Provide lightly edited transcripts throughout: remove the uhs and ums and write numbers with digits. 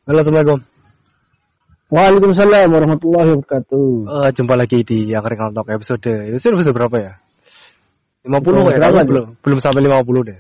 Halo, Assalamualaikum. Waalaikumsalam warahmatullahi wabarakatuh. Jumpa lagi di Yang Ringan Talk episode. Itu sih episode berapa ya? 50 ya? Berapa Belum sampai 50 deh.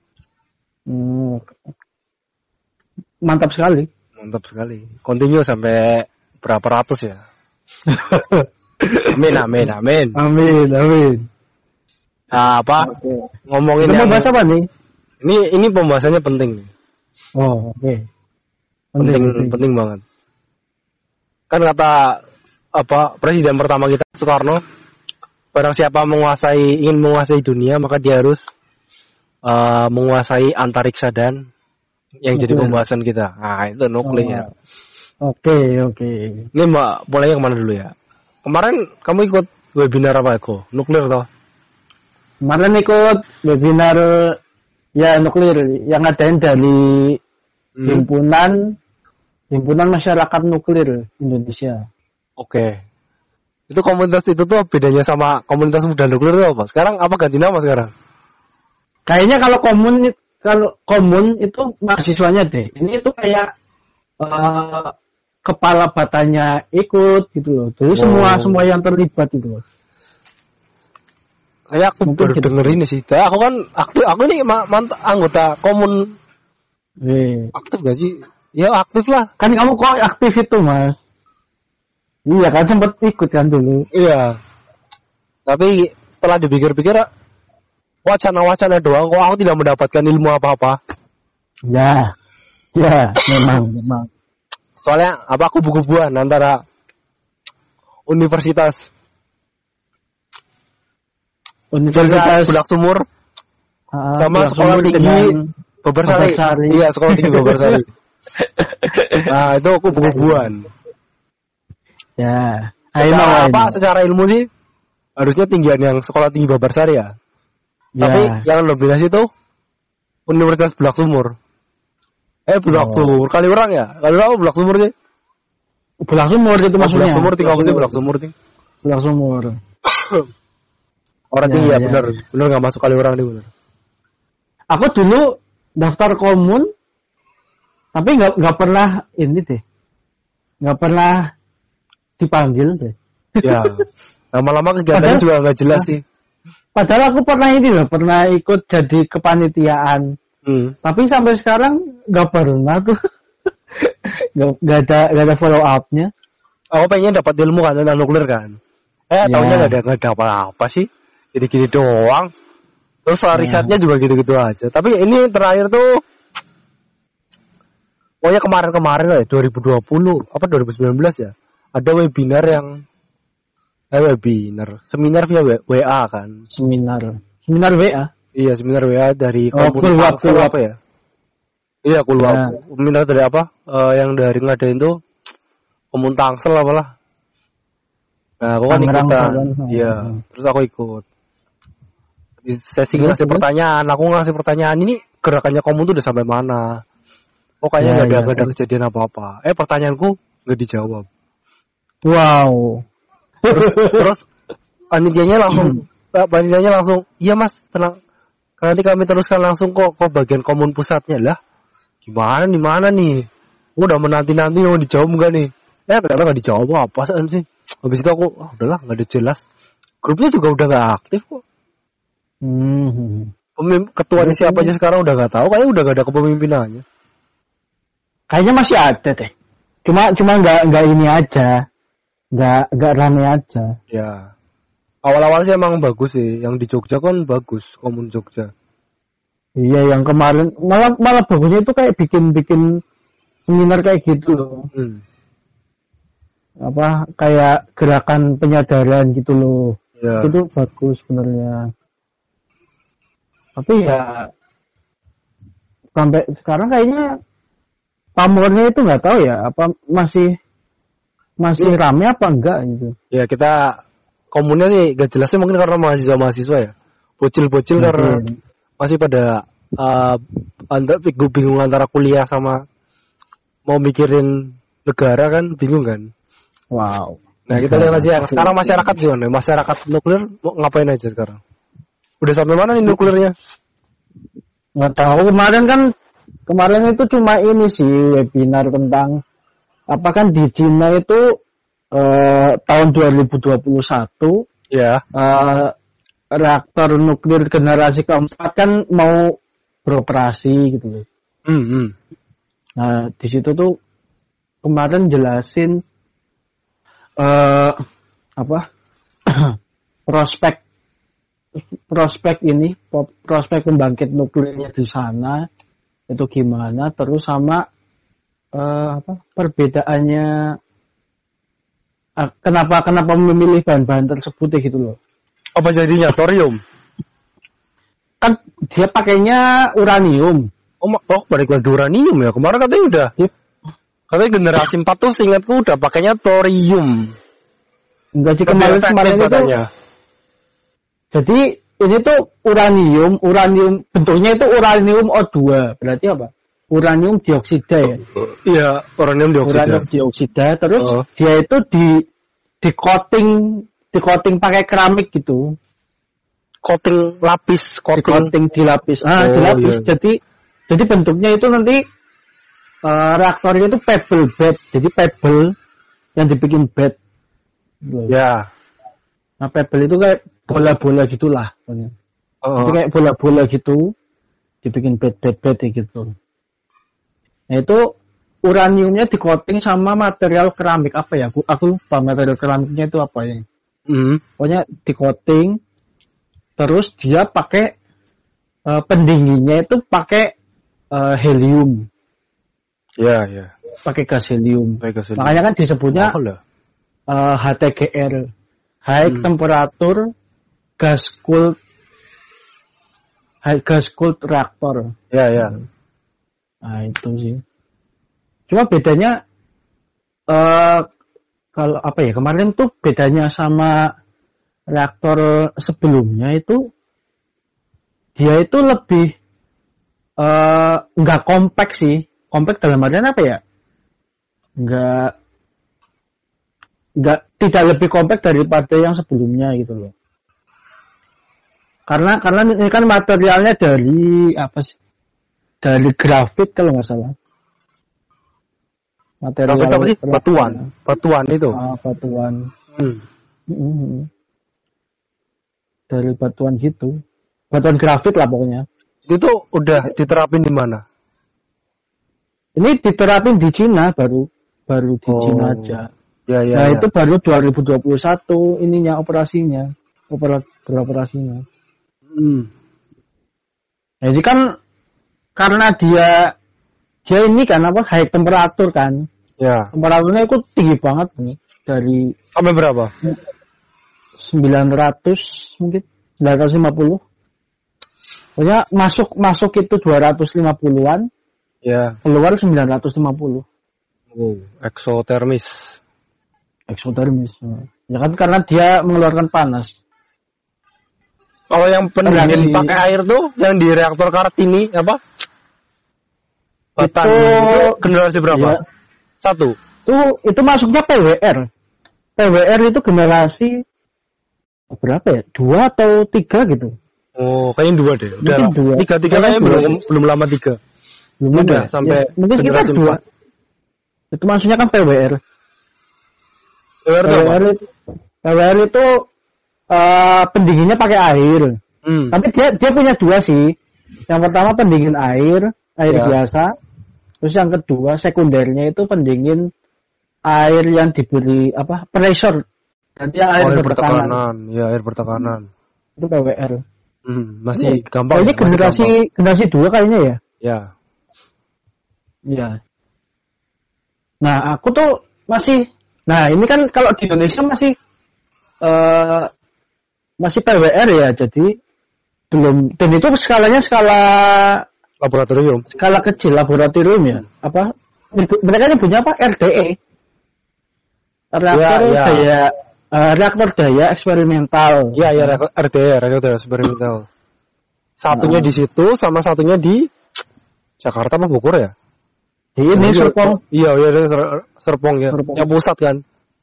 Mantap sekali. Mantap sekali. Continue sampai berapa ratus ya? Amin. Amin. Okay. Ngomongin yang... bahas apa nih? Ini pembahasannya penting nih. Oh, oke. Okay. Penting banget. Kan kata presiden pertama kita Soekarno, barang siapa ingin menguasai dunia maka dia harus menguasai antariksa dan yang jadi pembahasan kita. Nah, itu nuklir. Oke. Ini Mbak, mulai yang mana dulu ya? Kemarin kamu ikut webinar apa Eko? Nuklir toh? Kemarin ikut webinar ya nuklir yang adain dari Himpunan Masyarakat Nuklir Indonesia. Oke. Itu komunitas itu tuh bedanya sama komunitas muda nuklir itu apa? Sekarang apa ganti nama sekarang? Kayaknya kalau komun itu mahasiswanya deh. Ini itu kayak kepala batanya ikut gitu loh. Jadi semua yang terlibat itu loh. Kayak aku baru denger ini sih. Aku kan aku ini anggota komun. Aktif gak sih? Ya aktif lah. Kan kamu kok aktif itu Mas? Iya kan sempat ikut kan dulu. Iya. Tapi setelah dipikir-pikir wacana-wacana doang kok aku tidak mendapatkan ilmu apa-apa. Ya memang. Soalnya aku buku-bukuan antara Universitas Bulak Sumur sama Sekolah Tinggi Babarsari. Iya, Sekolah Tinggi Babarsari. Nah, itu aku buku-bukuan. Ya. Secara ilmu sih harusnya tinggian yang Sekolah Tinggi Babarsari ya. Tapi yang lebih dari itu Universitas Bulak Sumur. Bulak Sumur. Kaliurang ya? Kaliurang Bulak Sumur sih? Bulak Sumur itu maksudnya. Bulak Sumur tinggal apa sih Bulak Sumur ting? Bulak Sumur. Orang tinggi ya, benar enggak masuk Kaliurang nih benar. Aku dulu daftar komun tapi nggak pernah ini deh, nggak pernah dipanggil deh. Ya, lama-lama kegiatannya juga nggak jelas sih. Padahal aku pernah ikut jadi kepanitiaan, tapi sampai sekarang nggak pernah tuh, nggak ada follow up-nya. Aku pengen dapat ilmu kan tentang nuklir kan, tahunya nggak ada apa-apa sih, gini-gini doang. Terus risetnya juga gitu-gitu aja. Tapi ini terakhir tuh. Pokoknya kemarin lah 2020 apa 2019 ya. Ada webinar seminar via WA kan. Seminar WA. Iya, seminar WA dari komunitas apa ya? Iya, Kulwap. Seminar dari apa? Yang dari ngadain tuh Komun Tangsel apalah. Nah, aku kan ikutan. Iya, terus aku ikut. Di sesi ngasih pertanyaan, ini gerakannya Komun tuh udah sampai mana? Kayaknya nggak ada kejadian apa-apa. Pertanyaanku nggak dijawab. Wow. Terus panitianya langsung, iya Mas, tenang. Nanti kami teruskan langsung kok bagian komun pusatnya lah. Gimana nih? Udah menanti-nanti mau dijawab nggak nih? Ternyata nggak dijawab apa sih? Habis itu aku, udahlah nggak ada jelas. Grupnya juga udah nggak aktif kok. Ketuanya siapa aja sekarang udah nggak tahu. Kayaknya udah nggak ada kepemimpinannya. Kayaknya masih ada deh. Cuma nggak ini aja, nggak rame aja. Ya. Awal-awal sih emang bagus sih. Yang di Jogja kan bagus, Komun Jogja. Iya, yang kemarin malah bagusnya itu kayak bikin seminar kayak gitu loh. Kayak gerakan penyadaran gitu loh. Ya. Itu bagus sebenarnya. Tapi ya sampai sekarang kayaknya pamornya itu nggak tahu ya, apa masih rame apa enggak gitu. Ya kita komunnya sih gak jelasnya mungkin karena mahasiswa ya. Bocil-bocil karena masih pada bingung antara kuliah sama mau mikirin negara kan, bingung kan. Wow. Nah kita lihat aja sekarang masyarakat gimana? Masyarakat nuklir mau ngapain aja sekarang? Udah sampai mana nih nuklirnya? Nggak tahu, kemarin kan Kemarin itu cuma ini sih webinar tentang apa kan di Cina itu tahun 2021 ya. Reaktor nuklir generasi keempat kan mau beroperasi gitu loh. Nah, di situ tuh kemarin jelasin apa prospek pembangkit nuklirnya di sana itu gimana, terus sama perbedaannya kenapa memilih bahan-bahan tersebut ya gitu loh. Apa jadinya thorium? Kan dia pakainya uranium. Balik lagi uranium ya. Kemarin katanya udah. Yep. Katanya generasi 4 tuh seingatku udah pakainya thorium. Enggak sih, kemarin itu. Jadi ini tuh uranium bentuknya itu uranium O2. Berarti apa? Uranium dioksida ya. Iya, uranium dioksida. Terus dia itu di coating pakai keramik gitu. Coating lapis. Dilapis. Dilapis. Iya. Jadi bentuknya itu nanti reaktornya itu pebble bed. Jadi pebble yang dibikin bed. Ya. Nah, pebble itu kayak bola-bola gitulah. Jadi kayak bola-bola gitu dibikin bed gitu. Nah, itu uraniumnya di-coating sama material keramik apa ya? Aku lupa material keramiknya itu apa ya. Pokoknya di-coating terus dia pakai pendinginnya itu pakai helium. Ya. Pakai gas helium. Makanya kan disebutnya HTGR, high temperature gas cooled reactor. Ya. Nah, itu sih. Cuma bedanya kalau apa ya, kemarin tuh bedanya sama reaktor sebelumnya itu dia itu lebih nggak kompak sih. Kompak dalam artian apa ya? Tidak lebih kompak daripada yang sebelumnya gitu loh. Karena ini kan materialnya dari apa sih? Dari grafit kalau nggak salah. Material grafit apa sih? Batuan itu. Batuan. Dari batuan gitu. Batuan grafit lah pokoknya. Itu tuh udah diterapin di mana? Ini diterapin di Cina baru di Cina aja. Ya. Nah, itu baru 2021 ininya operasinya. Beroperasinya. Jadi kan karena dia ini kan apa high temperatur kan. Ya. Temperaturnya itu tinggi banget nih. Dari sampai berapa? 900 mungkin 950. Pokoknya masuk itu 250-an. Ya. Keluar 950. Eksotermis. Ya kan karena dia mengeluarkan panas. Kalau yang pendingin pakai air tuh yang di reaktor Kartini apa? Batan itu generasi berapa? Ya. 1. Itu masuknya PWR. PWR itu generasi berapa ya? 2 atau 3 gitu. Oh, kayaknya 2 deh. Udah 3 kayaknya belum lama 3. Belum udah sampai ya, mungkin kita 2. Itu maksudnya kan PWR. PWR itu pendinginnya pakai air. Tapi dia punya 2 sih. Yang pertama pendingin air biasa. Terus yang kedua sekundernya itu pendingin air yang diberi apa? Pressure. Nanti air bertekanan. Ya, air bertekanan. Itu PWR. Masih gampang. Ini generasi 2 kayaknya ya? Ya. Iya. Nah, aku tuh masih. Nah, ini kan kalau di Indonesia masih PWR ya, jadi belum. Dan itu skalanya skala laboratorium. Skala kecil laboratorium ya. Apa? Mereka nyebutnya apa? RDE. Reaktor daya eksperimental. Iya, RDE, reaktor eksperimental. Satunya di situ, sama satunya di Jakarta apa Bogor ya? Ini Serpong. Iya, Serpong ya. Yang pusat kan.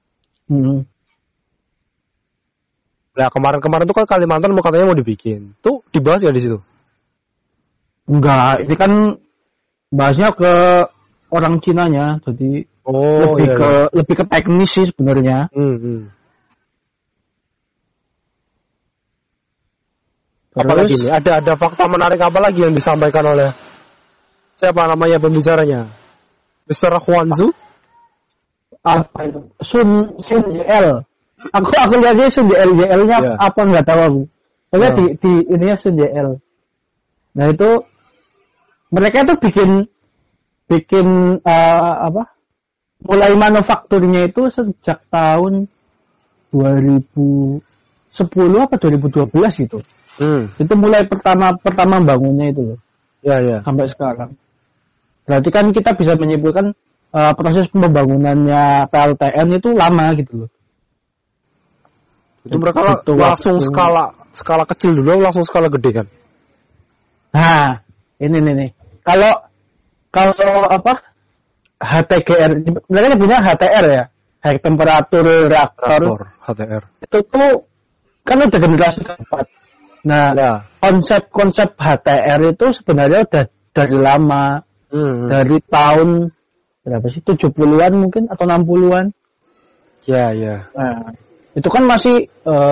Nah, kemarin tuh kan Kalimantan katanya mau dibikin. Tuh dibahas ya di situ? Enggak, ini kan bahasnya ke orang Cinanya, jadi lebih ke teknis sih sebenarnya. Apalagi nih? Ada fakta menarik apa lagi yang disampaikan oleh siapa namanya pembicaranya? Mr. Huanzu? Apa itu? Sun JL. Aku lihatnya Sun JL-nya apa nggak tahu aku. Pokoknya di ininya Sun JL. Nah itu mereka tuh bikin mulai manufakturnya itu sejak tahun 2010 apa 2012 gitu. Itu mulai pertama bangunnya itu loh. Ya. Sampai sekarang. Berarti kan kita bisa menyimpulkan proses pembangunannya PLTN itu lama gitu loh. Itu mereka langsung skala kecil dulu langsung skala gede kan? Nah, ini nih. Kalau apa? HTGR, mereka nyebutnya HTR ya. High Temperature Reactor. HTR. Itu tuh kan udah generasi keempat. Nah, konsep HTR itu sebenarnya udah dari lama. Dari tahun berapa sih? 70-an mungkin atau 60-an. Ya. Nah, itu kan masih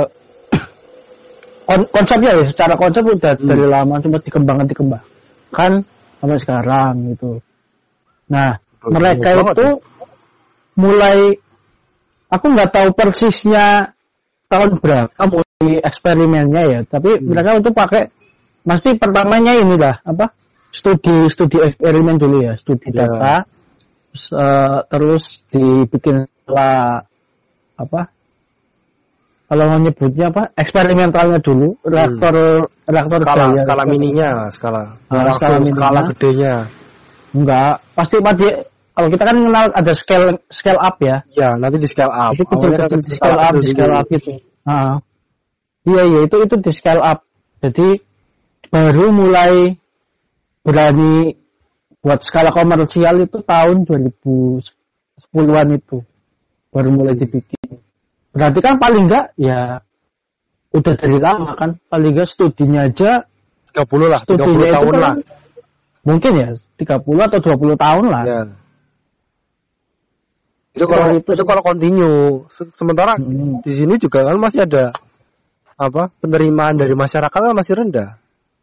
konsepnya ya, secara konsep udah dari lama, cuma dikembangkan sampai sekarang gitu. Nah, mereka itu mulai, aku nggak tahu persisnya tahun berapa mulai eksperimennya ya, tapi mereka itu pakai, pasti pertamanya inilah apa? Studi eksperimen dulu ya, studi data, terus dibikin apa? Kalau menyebutnya apa? Eksperimentalnya dulu, reaktor skala mininya, skala gedenya. Enggak, pasti kalau kita kan kenal ada scale up ya. Ya, nanti di scale up. Itu di scale up itu. Iya, itu di scale up. Jadi baru mulai berani buat skala komersial itu tahun 2010-an itu. Baru mulai dibikin. Berarti kan paling enggak ya udah dari lama kan, paling enggak studinya aja 30 tahun lah. Mungkin ya 30 atau 20 tahun lah. Ya. Itu kalau continue. Sementara di sini juga kan masih ada penerimaan dari masyarakat kan masih rendah.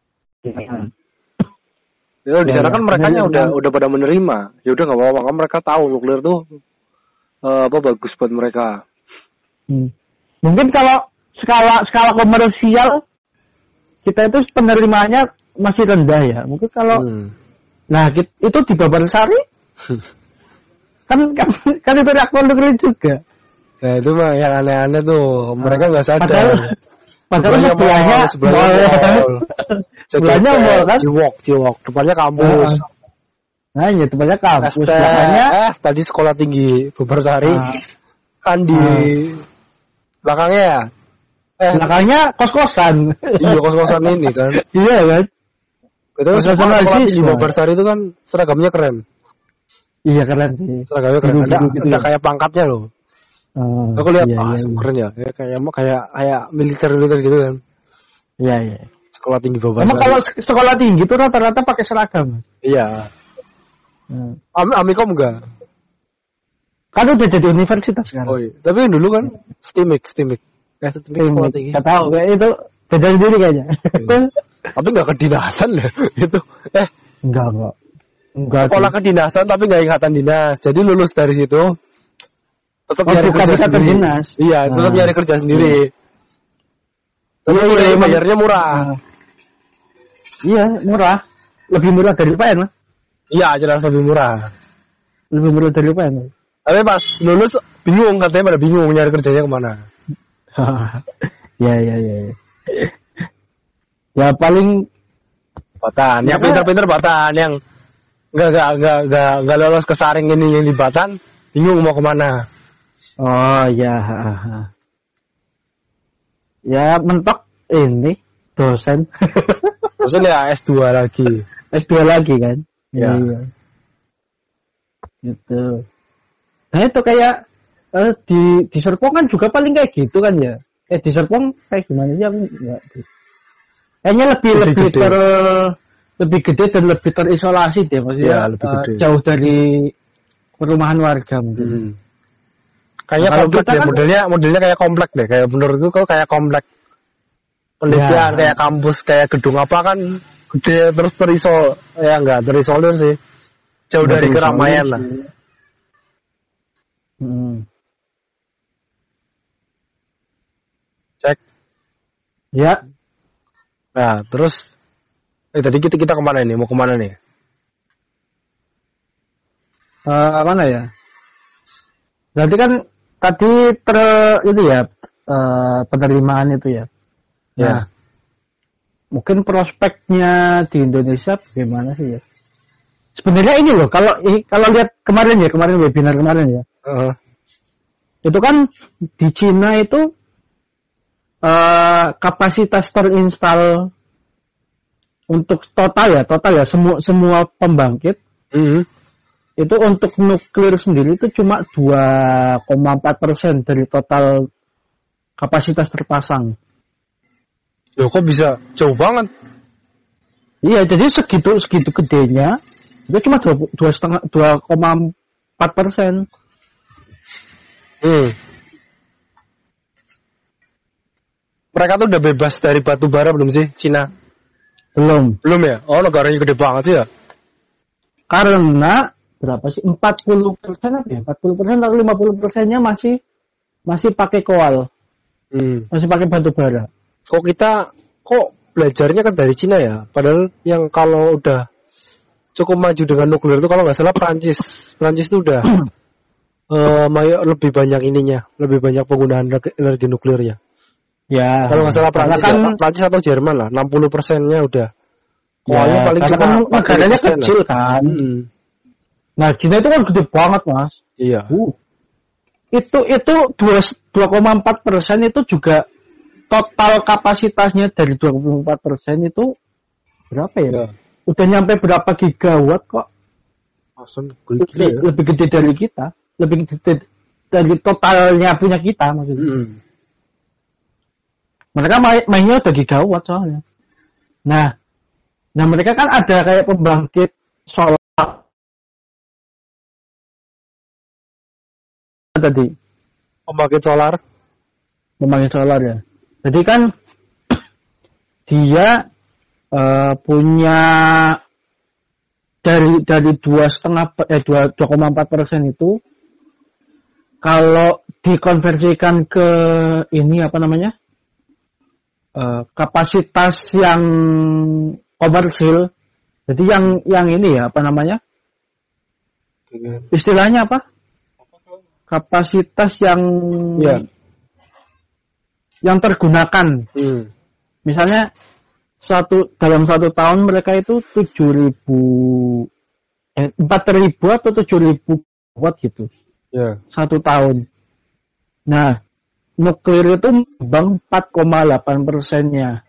Ya, di sana kan mereka udah pada menerima. Ya udah enggak apa-apa, kan mereka tahu nuklir tuh bagus buat mereka. Mungkin kalau skala komersial kita itu penerimaannya masih rendah ya. Mungkin kalau itu di Babarsari kan itu reaktor nuklir juga. Ya itu mah yang aneh-aneh tuh, mereka nggak sadar. Padahal sebelahnya mall kan? Ciwok, depannya kampus. Nah, ya depannya kampus. Belakangnya tadi sekolah tinggi Babarsari kan di belakangnya ya. Belakangnya kos-kosan. Iya, kos-kosan ini kan. Iya kan. Itu sekolah tinggi Babarsari itu kan seragamnya keren. Iya keren sih. Seragamnya keren. Ada kayak pangkatnya loh. Aku lihat keren ya. Kayak militer gitu kan. Iya. Sekolah tinggi Babarsari. Emang kalau sekolah tinggi itu rata-rata pakai seragam. Iya. Amikom enggak? Kan udah jadi universitas sekarang. Oh iya. Tapi yang dulu kan STIMIK. Sekolah tinggi. Enggak tahu, kayak itu beda sendiri kayaknya. Tapi enggak kedinasan lah itu. Enggak. Sekolah kedinasan tapi enggak ikatan dinas. Jadi lulus dari situ tetap nyari kerja sendiri. Dinas. Iya, tetap nyari kerja sendiri. Tapi bayarnya murah. Iya, murah. Lebih murah dari UPN, Mas. Iya, jelas lebih murah. Lebih murah dari UPN. Tapi pas lulus bingung, katanya pada bingung nyari kerjanya kemana. Ya. Ya paling Batan, yang pinter-pinter Batan, yang enggak lolos ke saring ini yang di Batan, bingung mau kemana. Oh ya. Ya mentok ini dosen. Dosen ya S2 lagi. S2 lagi kan? Ya. Iya. Gitu. Nah itu kayak di Serpong kan juga paling kayak gitu kan ya. Di Serpong kayak gimana sih aku enggak. Kayaknya lebih lebih gede dan lebih terisolasi deh, maksudnya lebih gede. Jauh dari perumahan warga mungkin. Kayaknya komplek deh, kan, modelnya kayak komplek deh, kayak menurut itu kayak komplek penelitian, kayak kampus, kayak gedung apa kan gede terus nggak terisolir sih, jauh dari keramaian lah. Cek. Ya. Nah, terus tadi kita kemana nih? Mau kemana nih? Mana ya? Berarti kan tadi itu ya penerimaan itu ya. Nah, mungkin prospeknya di Indonesia gimana sih ya? Sebenarnya ini loh, kalau lihat kemarin webinar kemarin ya. Itu kan di Cina itu kapasitas terinstall untuk total ya semua pembangkit itu untuk nuklir sendiri itu cuma 2,4% dari total kapasitas terpasang. Loh, kok bisa jauh banget? Iya, jadi segitu gedenya itu cuma 2,4%. Mereka tuh udah bebas dari batu bara belum sih, Cina? Belum ya? Oh, negaranya gede banget sih ya? Karena berapa sih? 40% apa ya? 40% atau 50%-nya masih pakai koal. Masih pakai batu bara. Kok belajarnya kan dari Cina ya? Padahal yang kalau udah cukup maju dengan nuklir itu kalau nggak salah Prancis itu udah lebih banyak lebih banyak penggunaan energi nuklirnya. Ya. Kalau nggak salah Prancis atau Jerman lah, 60%-nya udah. Koalnya paling cuma negaranya kecil kan. Nah, Cina itu kan gede banget, Mas. Iya. Itu 2,4% itu juga total kapasitasnya dari 24% itu berapa ya? Udah nyampe berapa gigawatt kok? Lebih gede dari kita, lebih gede dari totalnya punya kita maksudnya. Mereka mainnya udah gigawatt soalnya. Nah mereka kan ada kayak pembangkit solar tadi. Pembangkit solar Ya. Jadi kan dia punya dari 2,4% itu kalau dikonversikan ke ini apa namanya kapasitas yang komersil, jadi yang ini ya apa namanya istilahnya apa kapasitas yang tergunakan. Misalnya dalam satu tahun mereka itu 4.000 atau 7.000 watt gitu. Satu tahun. Nah, nuklir itu bang 4,8%-nya.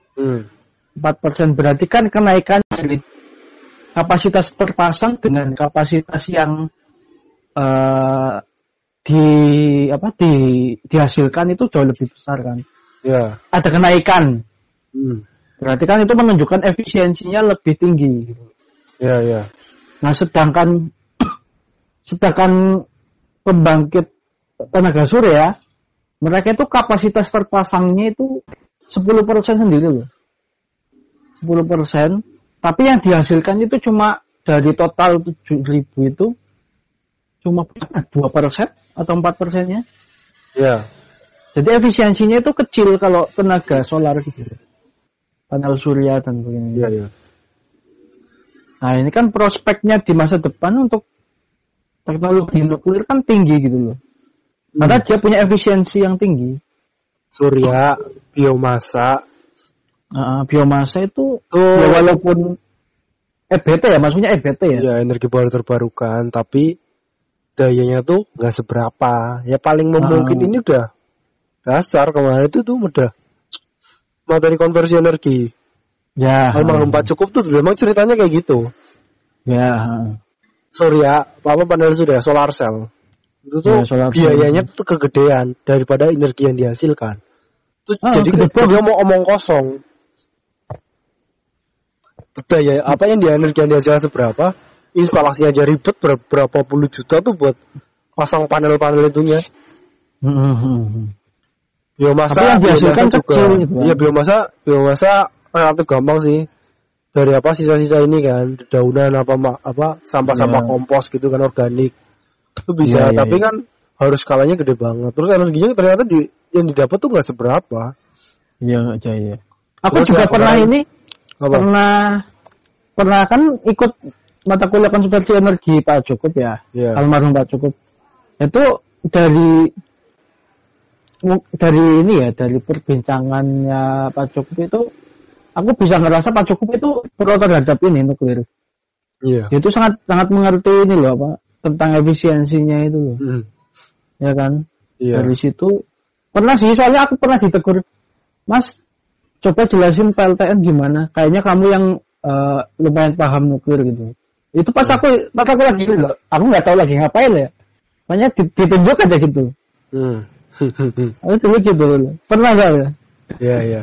4% berarti kan kenaikan dari kapasitas terpasang dengan kapasitas yang dihasilkan itu jauh lebih besar kan. Ada kenaikan. Berarti kan itu menunjukkan efisiensinya lebih tinggi. Nah, sedangkan pembangkit tenaga surya, mereka itu kapasitas terpasangnya itu 10% sendiri loh. 10%, tapi yang dihasilkan itu cuma dari total 7.000 itu cuma 2% atau 4%-nya. Jadi efisiensinya itu kecil kalau tenaga solar gitu. Panel surya dan begini. Nah, ini kan prospeknya di masa depan untuk teknologi nuklir kan tinggi gitu loh. Karena dia punya efisiensi yang tinggi. Surya, biomasa. Biomasa itu ya walaupun EBT ya, maksudnya EBT ya. Ya, energi baru terbarukan, tapi dayanya tuh nggak seberapa. Ya paling mungkin ini udah dasar kemarin itu tuh udah materi konversi energi. Kalau 4 cukup tuh memang ceritanya kayak gitu. Surya, panel surya, solar cell. Itu tuh biayanya tuh kegedean daripada energi yang dihasilkan. Tuh jadi dia mau omong kosong. daya apa yang dihasilkan seberapa, instalasinya aja ribet berapa puluh juta tuh buat pasang panel-panel itunya. Biomasa yang dihasilkan kecil gitu. Iya, biomasa relatif gampang sih. Dari apa sisa-sisa ini kan, dedaunan apa sampah-sampah kompos gitu kan, organik. Itu bisa, tapi kan harus skalanya gede banget. Terus energinya ternyata yang didapat tuh nggak seberapa. Iya aja ya. Aku juga pernah ini pernah kan ikut mata kuliah konservasi energi Pak Cukup ya. Almarhum Pak Cukup. Itu dari ini ya, dari perbincangannya Pak Cukup itu aku bisa ngerasa Pak Cukup itu pro terhadap ini nuklir. Iya. Dia itu sangat mengerti ini loh apa tentang efisiensinya itu loh. Ya kan? Iya. Dari situ pernah sih, soalnya aku pernah ditegur, Mas, coba jelasin PLTN gimana? Kayaknya kamu yang lumayan paham nuklir gitu. Itu pas aku lagi loh, aku nggak tahu lagi ngapain ya. Makanya ditunjuk aja gitu. Aku dulu gitu loh. Pernah nggak ya? Iya.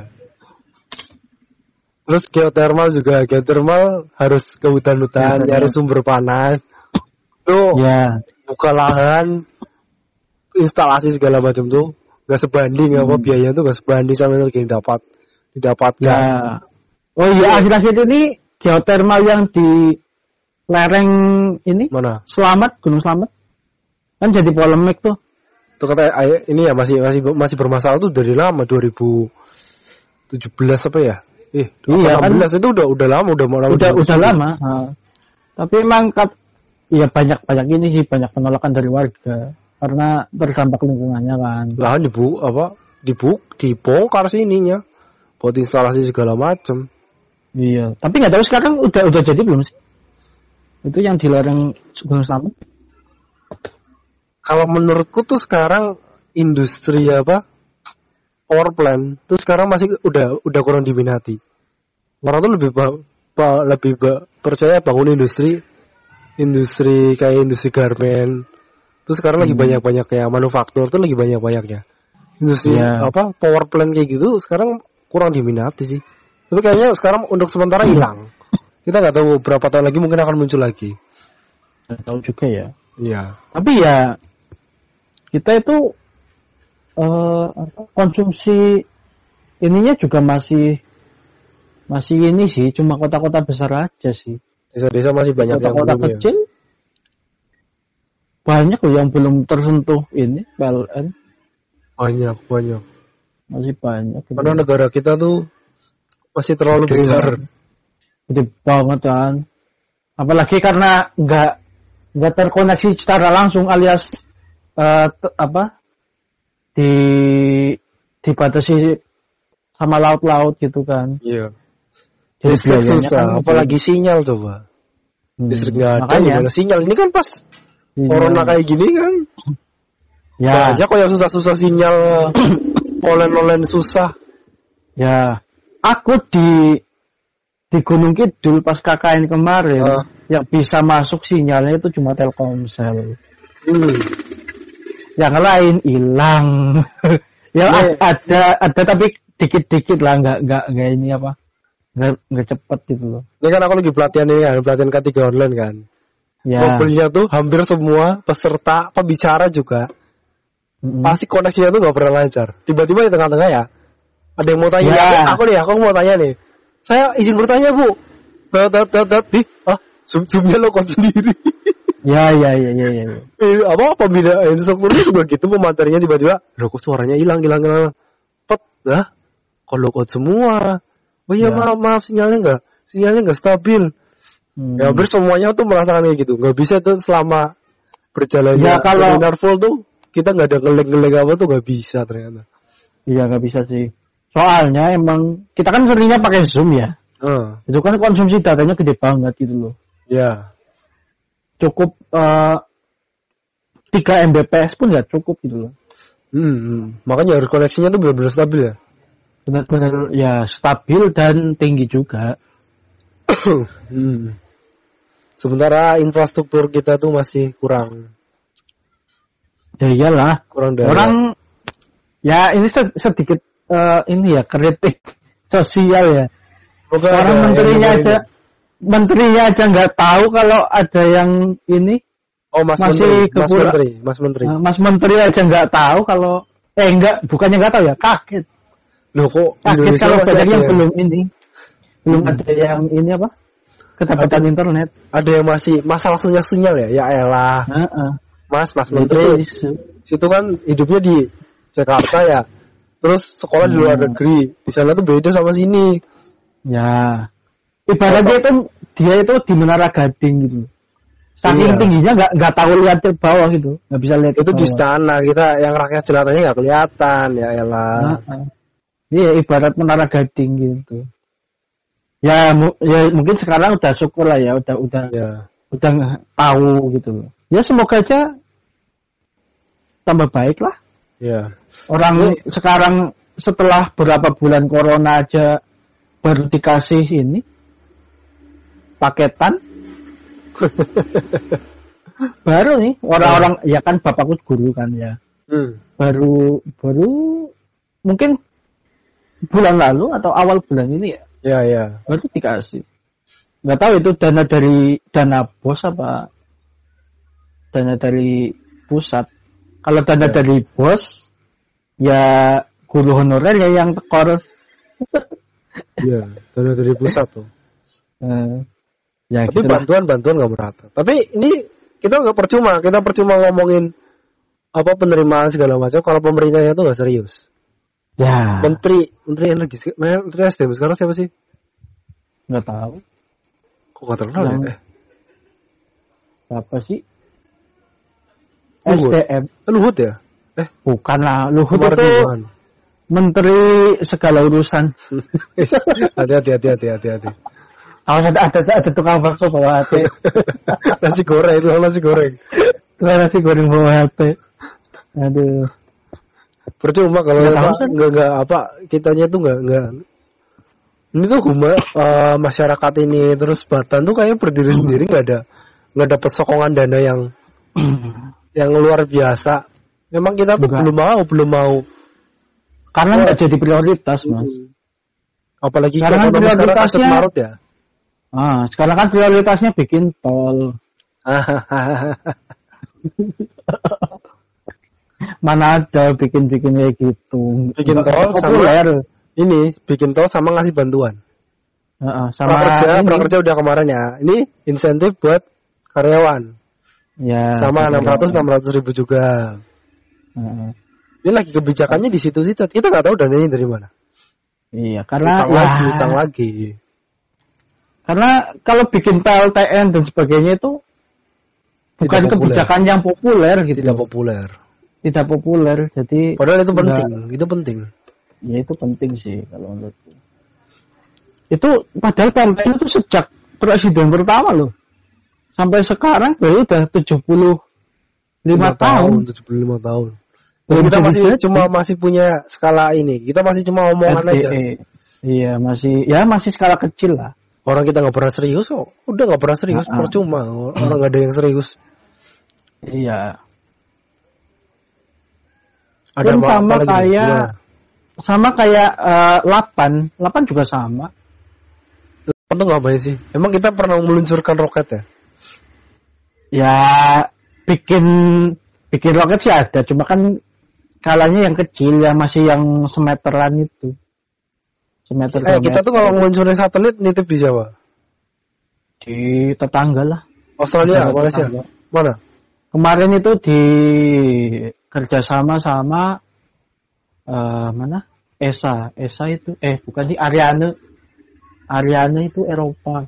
Terus geothermal harus ke hutan-hutan, nyari sumber panas. Tuh, buka lahan, instalasi segala macam tuh nggak sebanding apa biayanya tuh nggak sebanding sama energi yang didapatkan. Ya. Oh iya, akhir-akhir ini geothermal yang di lereng ini mana? Gunung Slamet kan jadi polemik tuh. Tuh kata ini ya masih bermasalah tuh dari lama 2017 apa ya? Iya 2016 kan, itu udah lama udah lama. Tapi emang iya banyak ini sih, banyak penolakan dari warga karena terdampak lingkungannya kan. Lahan dibongkar sininya buat instalasi segala macam. Iya, tapi nggak tahu sekarang udah jadi belum sih? Itu yang di lereng Gunung Slamet. Kalau menurutku tuh sekarang industri power plant tuh sekarang masih udah kurang diminati. Orang tuh lebih percaya bangun industri kayak industri garmen. Terus sekarang lagi banyak kayak manufaktur tuh lagi banyak-banyaknya. Industri power plant kayak gitu sekarang kurang diminati sih. Tapi kayaknya sekarang untuk sementara hilang. Kita nggak tahu berapa tahun lagi mungkin akan muncul lagi. Nggak tahu juga ya. Iya. Tapi ya kita itu konsumsi ininya juga masih ini sih, cuma kota-kota besar aja sih. Desa-desa masih banyak kota-kota kecil. Ya. Banyak loh yang belum tersentuh ini PLN. Banyak. Masih banyak. Karena negara kita tuh masih terlalu besar. Gede banget kan. Apalagi karena nggak terkoneksi secara langsung alias dibatasi sama laut-laut gitu kan. Iya. Listrik susah, kan apalagi sinyal coba. Listrik nggak ada, gimana sinyal? Ini kan pas corona kayak gini kan. Ya. Banyak kok yang susah-susah sinyal, online susah. Ya. Aku di Gunung Kidul pas KKN kemarin, yang bisa masuk sinyalnya itu cuma Telkomsel. Yang lain hilang. Ada tapi dikit-dikit lah, nggak ini apa, nggak cepet gitu loh. Ini kan aku lagi pelatihan K3 online kan. Ya. Mobilnya tuh hampir semua peserta pembicara juga. Pasti koneksinya tuh nggak pernah lancar. Tiba-tiba di tengah-tengah ya, ada yang mau tanya. Aku mau tanya nih. Saya izin bertanya Bu. Zoom-nya lo kon sendiri. Ya. Apa pembina instrukturnya juga gitu, pematerinya tiba-tiba, loh kok suaranya hilang. Kok lokot semua. Oh iya maaf sinyalnya nggak stabil. Ya hampir semuanya tuh merasakan kayak gitu. Nggak bisa tuh selama berjalannya webinar full tuh kita nggak ada ngeleng apa tuh nggak bisa ternyata. Iya nggak bisa sih. Soalnya emang kita kan seringnya pakai Zoom ya. Itu kan konsumsi datanya gede banget gitu loh. Ya. Cukup 3 Mbps pun nggak cukup gitu loh. Makanya harus koneksinya tuh benar-benar stabil ya. Benar-benar ya stabil dan tinggi juga. Sementara infrastruktur kita tuh masih kurang. Ya iyalah. Orang ya ini sedikit ini ya kritik sosial ya. Orang menterinya aja menterinya aja nggak tahu kalau ada yang ini. Oh, Mas Menteri. Mas Menteri aja nggak tahu kalau bukannya nggak tahu ya, kaget. Loh kok kaget kalau banyak yang belum ada yang ini apa? Kedapatan internet. Ada yang masih masalah sinyal ya? Ya elah. Mas Menteri. Situ kan hidupnya di Jakarta ya. Terus sekolah di luar negeri. Di sana tuh beda sama sini. Ya. Ibaratnya itu dia itu di Menara Gading gitu. Saking tingginya nggak tahu lihat ke bawah gitu, nggak bisa lihat. Itu di istana kita yang rakyat jelatannya nggak kelihatan ya elah. Iya ibarat Menara Gading gitu. Ya mungkin sekarang udah syukur lah ya, udah tahu gitu loh. Ya semoga aja tambah baik lah. Ya. Orang sekarang setelah beberapa bulan corona aja baru dikasih ini paketan. Baru nih orang-orang ya kan bapakku guru kan ya. Baru mungkin bulan lalu atau awal bulan ini ya. Ya. Baru dikasih. Nggak tahu itu dana dari dana bos apa dana dari pusat. Kalau dana dari bos ya guru honorer ya yang tekor. Iya, dana dari pusat tuh. Ya, tapi bantuan nggak merata. Tapi ini kita nggak percuma ngomongin apa penerimaan segala macam kalau pemerintahnya tuh nggak serius. Ya. Menteri SDM sekarang siapa sih? Nggak tahu. Kok nggak terkenal ya? Siapa sih? SDM. Luhut ya? Bukan lah. Luhut itu menteri segala urusan. Hati-hati. Ada tukang bakso bawa hati. nasi goreng. Nasi goreng bawa hati. Aduh. Percuma kalau nggak apa kitanya tuh nggak. Ini tuh masyarakat ini terus Batan tuh kayak berdiri sendiri nggak dapat sokongan dana yang luar biasa. Memang kita tuh belum mau. Karena nggak jadi prioritas mas. Apalagi sekarang prioritasnya Maret ya. Sekarang kan prioritasnya bikin tol. Mana ada bikin kayak gitu. Bikin tol populer. Bikin tol sama ngasih bantuan. Sama prakerja udah kemarin ya. Ini insentif buat karyawan. Ya. Sama 600 ribu juga. Ini lagi kebijakannya di situ. Kita nggak tahu dananya dari mana. Iya, karena utang lagi. Karena kalau bikin PLTN dan sebagainya itu bukan kebijakan yang populer gitu. Tidak populer. Jadi padahal itu penting. Ya itu penting sih kalau menurutku. Itu padahal PLTN itu sejak presiden pertama loh. Sampai sekarang udah 75 tahun. 75 tahun. Kita masih punya skala ini. Kita masih cuma omongan aja. Iya, masih skala kecil lah. Orang kita nggak pernah serius kok. Udah nggak pernah serius, percuma. Orang nggak ada yang serius. Iya. Ada sama kayak 8 juga sama. 8 tuh ngapain sih? Emang kita pernah meluncurkan roket ya? Ya bikin roket sih ada, cuma kan skalanya yang kecil, yang masih yang semeteran itu. Kita tuh kalau ngeluncurin satelit nitip di Jawa. Di tetangga lah. Australia, Malaysia. Mana? Kemarin itu di kerjasama sama mana? ESA itu bukan di Ariane itu Eropa.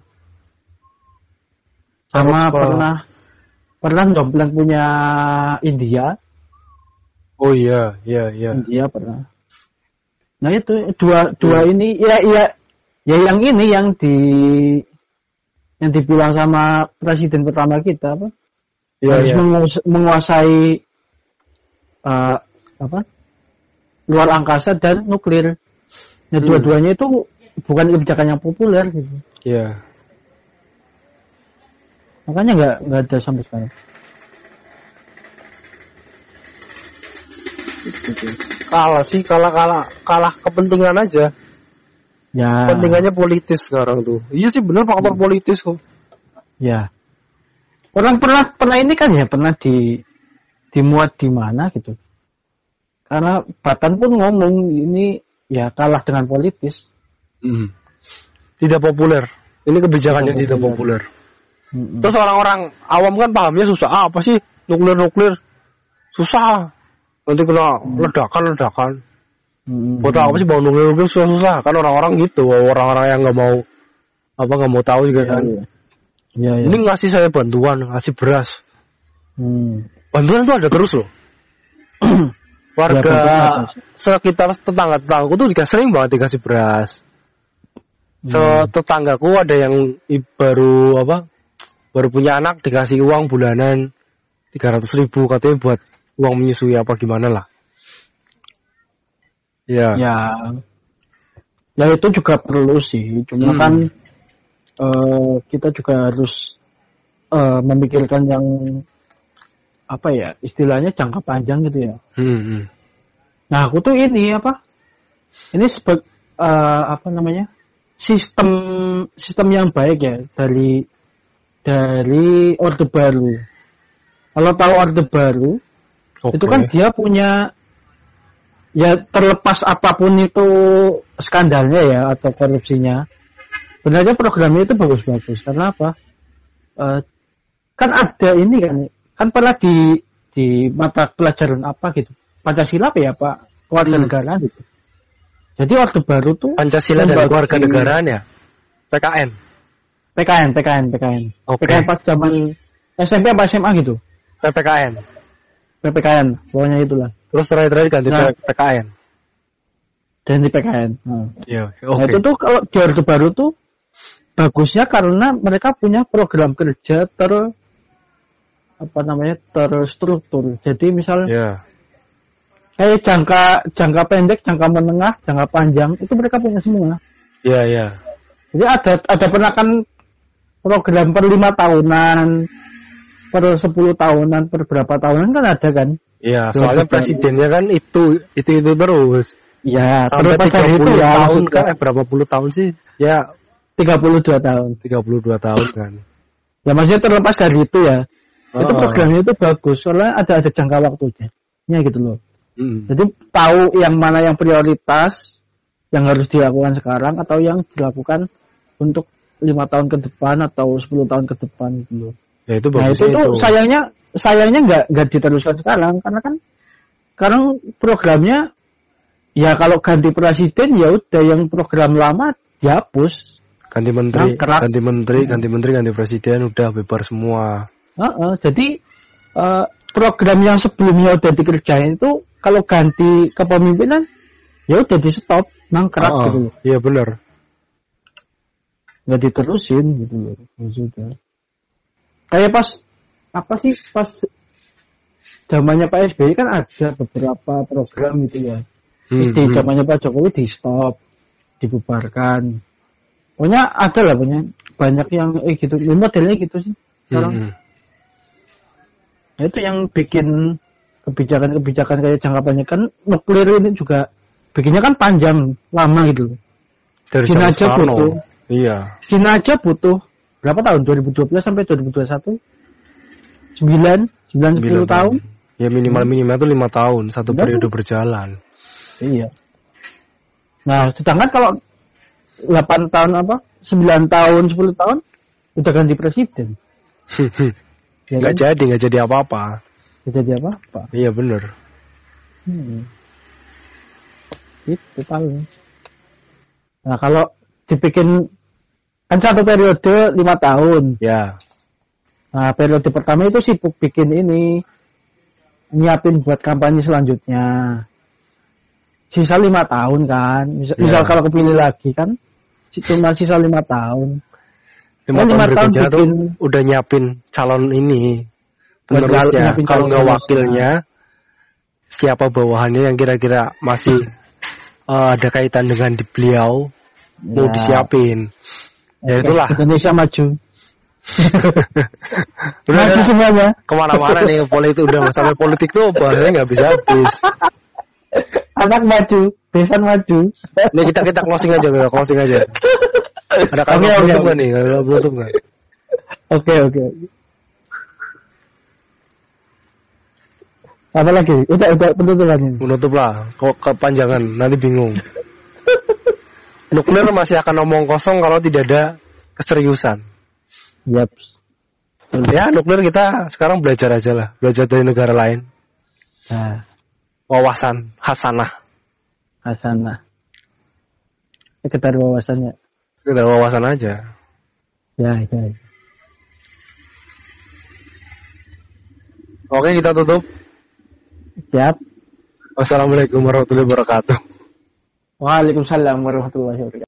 Sama pernah dompleng punya India. Oh iya. India pernah. Nah itu dua ini ya yang ini yang dibilang sama presiden pertama kita apa? Harus menguasai luar angkasa dan nuklir. Nah dua-duanya itu bukan kebijakan yang populer gitu. Iya. Makanya nggak ada sampai sekarang. Kalah kepentingan aja. Ya. Kepentingannya politis sekarang tuh. Iya sih benar faktor politis kok. Ya. Orang pernah ini kan ya pernah dimuat di mana gitu. Karena Batan pun ngomong ini ya kalah dengan politis. Tidak populer. Ini kebijakannya tidak populer. Terus orang-orang awam kan pahamnya susah. Apa sih nuklir? Susah. Nanti kena ledakan. Buat apa sih bangun nuklir susah. Kan orang-orang gitu. Orang-orang yang nggak mau tahu juga kan. Ya. Ini ngasih saya bantuan, ngasih beras. Bantuan itu ada terus loh. Warga sekitar tetangga-tetanggaku tuh sering banget dikasih beras. Tetanggaku ada yang baru punya anak dikasih uang bulanan 300.000 katanya buat uang menyusui apa gimana lah. Ya. Ya itu juga perlu sih. Cuma kan kita juga harus memikirkan yang istilahnya jangka panjang gitu ya. Nah aku tuh ini sistem yang baik ya dari Orde Baru. Kalau tahu Orde Baru, itu kan dia punya ya terlepas apapun itu skandalnya ya atau korupsinya, sebenarnya programnya itu bagus-bagus. Karena apa? Kan ada ini kan pernah di mata pelajaran apa gitu, Pancasila ya Pak, kewarganegaraan gitu. Jadi Orde Baru tuh Pancasila dan kewarganegaraan ya, PKN. PKN pas zaman SMP apa SMA gitu. PPKN, pokoknya itulah. Terus terakhir ganti PKN. Dan di PKN. Iya, Nah itu tuh kalau di Orde Baru tuh bagusnya karena mereka punya program kerja terstruktur. Jadi misal kayak jangka pendek, jangka menengah, jangka panjang itu mereka punya semua. Iya. Jadi ada pernah kan program per 5 tahunan, per 10 tahunan, per berapa tahunan kan ada kan? Iya, soalnya presidennya kan itu terus. Iya, sampai 30 tahun kan, berapa puluh tahun sih? Ya 32 tahun. 32 tahun kan. Ya maksudnya terlepas dari itu ya. Itu programnya itu bagus, soalnya ada jangka waktunya. Ya gitu loh. Jadi tahu yang mana yang prioritas yang harus dilakukan sekarang atau yang dilakukan untuk 5 tahun ke depan atau 10 tahun ke depan gitu loh. Ya itu bagus. Nah itu sayangnya nggak diteruskan sekarang karena kan sekarang programnya ya kalau ganti presiden ya udah yang program lama dihapus. Ganti presiden udah bebar semua. Jadi program yang sebelumnya udah dikerjain itu kalau ganti kepemimpinan ya udah di stop mangkrak gitu loh. Iya benar. Nggak diterusin gitu loh maksudnya. Kayak pas zamannya Pak SBY kan ada beberapa program gitu ya. Di zamannya Pak Jokowi di stop, dibubarkan. Pokoknya ada lah banyak yang gitu. Modelnya gitu sih sekarang. Nah, itu yang bikin kebijakan kayak jangka panjang kan nuklir ini juga bikinnya kan panjang lama gitu. Dari Cina aja butuh. Iya. Cina aja butuh berapa tahun? 2012 sampai 2021? 10 tahun? Ya minimal itu 5 tahun, satu periode berjalan. Iya. Nah, sedangkan kalau 8 tahun 9 tahun, 10 tahun udah ganti presiden. Ya nggak jadi apa-apa. Iya benar. Itu paling. Nah kalau dibikin kan satu periode 5 tahun. Ya. Nah periode pertama itu sibuk bikin ini, nyiapin buat kampanye selanjutnya. Sisa 5 tahun kan. Misal kalau kepilih lagi kan, cuma sisa 5 tahun. 5 tahun berikutnya tuh udah nyiapin calon ini penerusnya. Kalau nggak wakilnya, siapa bawahannya yang kira-kira masih ada kaitan dengan beliau mau disiapin. Ya itulah. Indonesia maju. Maju semuanya. Kemana-mana nih politik udah sampai politik tuh bahasanya nggak bisa habis. Anak maju, besan maju. Ini kita closing aja, closing aja. Ada kalimat penutup nggak nih? Kalau penutup nggak? Oke. Apa lagi? Udah penutup lagi. Penutup lah. Kok kepanjangan? Nanti bingung. Nuklir masih akan omong kosong kalau tidak ada keseriusan. Yap. Ya, nuklir kita sekarang belajar aja lah. Belajar dari negara lain. Nah. Wawasan, hasanah. Sekedar wawasannya. Sekedar wawasan aja. Ya. Oke, kita tutup. Siap. Wassalamualaikum warahmatullahi wabarakatuh. Waalaikumsalam warahmatullahi wabarakatuh.